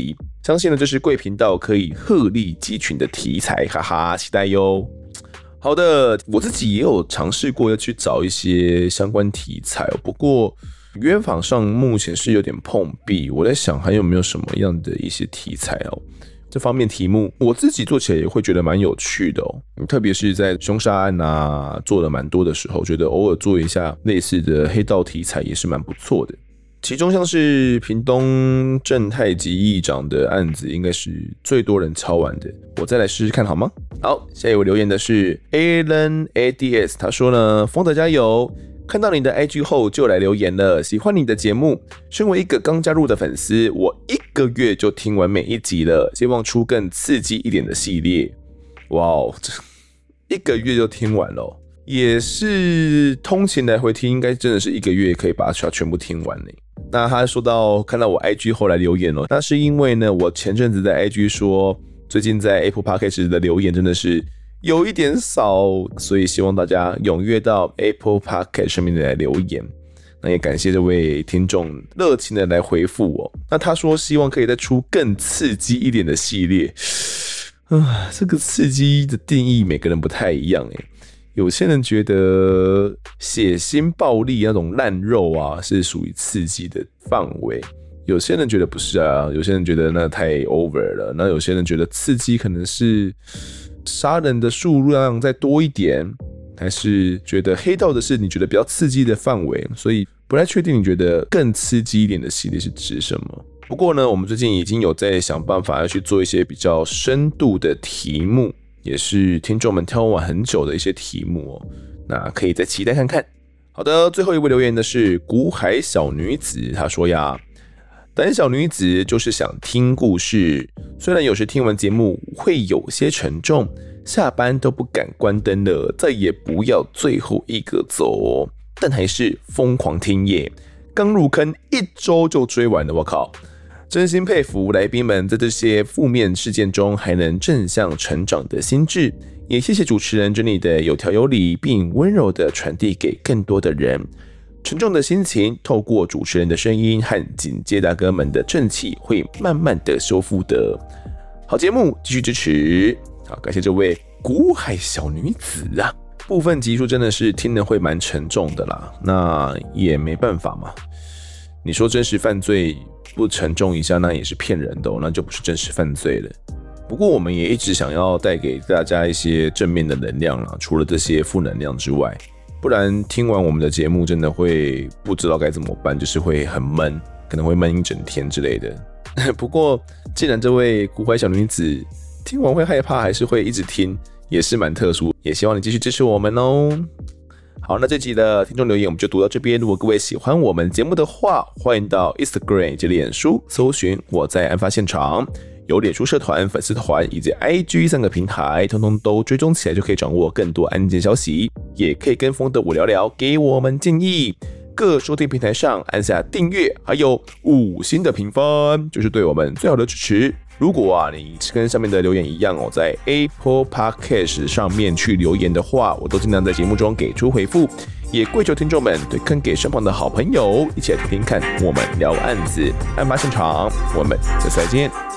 相信呢这是贵频道可以鹤立鸡群的题材，哈哈，期待哟。好的，我自己也有尝试过要去找一些相关题材哦，不过约访上目前是有点碰壁。我在想还有没有什么样的一些题材哦，这方面题目我自己做起来也会觉得蛮有趣的哦，特别是在凶杀案啊做了蛮多的时候，觉得偶尔做一下类似的黑道题材也是蛮不错的。其中像是屏东正太吉议长的案子，应该是最多人敲完的，我再来试试看好吗？好，下一位留言的是 Alan A D S， 他说呢，丰德加油，看到你的 I G 后就来留言了，喜欢你的节目，身为一个刚加入的粉丝，我一个月就听完每一集了，希望出更刺激一点的系列。哇哦，一个月就听完了，也是通勤来回听，应该真的是一个月可以把它全部听完呢。那他说到看到我 I G 后来留言了，那是因为呢，我前阵子在 I G 说，最近在 Apple Podcast 的留言真的是有一点少，所以希望大家踊跃到 Apple Podcast 上面来留言。那也感谢这位听众热情的来回复我。那他说希望可以再出更刺激一点的系列，啊，这个刺激的定义每个人不太一样诶。有些人觉得血腥暴力那种烂肉啊是属于刺激的范围，有些人觉得不是啊，有些人觉得那太 over 了，那有些人觉得刺激可能是杀人的数量再多一点，还是觉得黑道的是你觉得比较刺激的范围，所以不太确定你觉得更刺激一点的系列是指什么。不过呢，我们最近已经有在想办法要去做一些比较深度的题目，也是听众们挑完很久的一些题目哦，那可以再期待看看。好的，最后一位留言的是古海小女子，她说呀，胆小女子就是想听故事，虽然有时听完节目会有些沉重，下班都不敢关灯了，再也不要最后一个走哦，但还是疯狂听耶，刚入坑一周就追完了，我靠！真心佩服来宾们在这些负面事件中还能正向成长的心智，也谢谢主持人Jenny的有条有理并温柔的传递给更多的人。沉重的心情透过主持人的声音和警戒大哥们的正气，会慢慢的修复的。好节目继续支持，好感谢这位古海小女子啊！部分集数真的是听得会蛮沉重的啦，那也没办法嘛。你说真实犯罪不沉重一下，那也是骗人的哦，那就不是真实犯罪了。不过我们也一直想要带给大家一些正面的能量啦，除了这些负能量之外，不然听完我们的节目真的会不知道该怎么办，就是会很闷，可能会闷一整天之类的。不过既然这位古怀小女子听完会害怕，还是会一直听，也是蛮特殊，也希望你继续支持我们哦。好，那这集的听众留言我们就读到这边。如果各位喜欢我们节目的话，欢迎到 Instagram 及脸书搜寻我在案发现场，有脸书社团、粉丝团以及 I G 三个平台，通通都追踪起来，就可以掌握更多案件消息。也可以跟风的我聊聊，给我们建议。各收听平台上按下订阅，还有五星的评分，就是对我们最好的支持。如果啊你跟上面的留言一样哦，在 Apple Podcast 上面去留言的话，我都尽量在节目中给出回复。也跪求听众们推坑给身旁的好朋友，一起来听听看我们聊案子、案发现场。我们下次再见。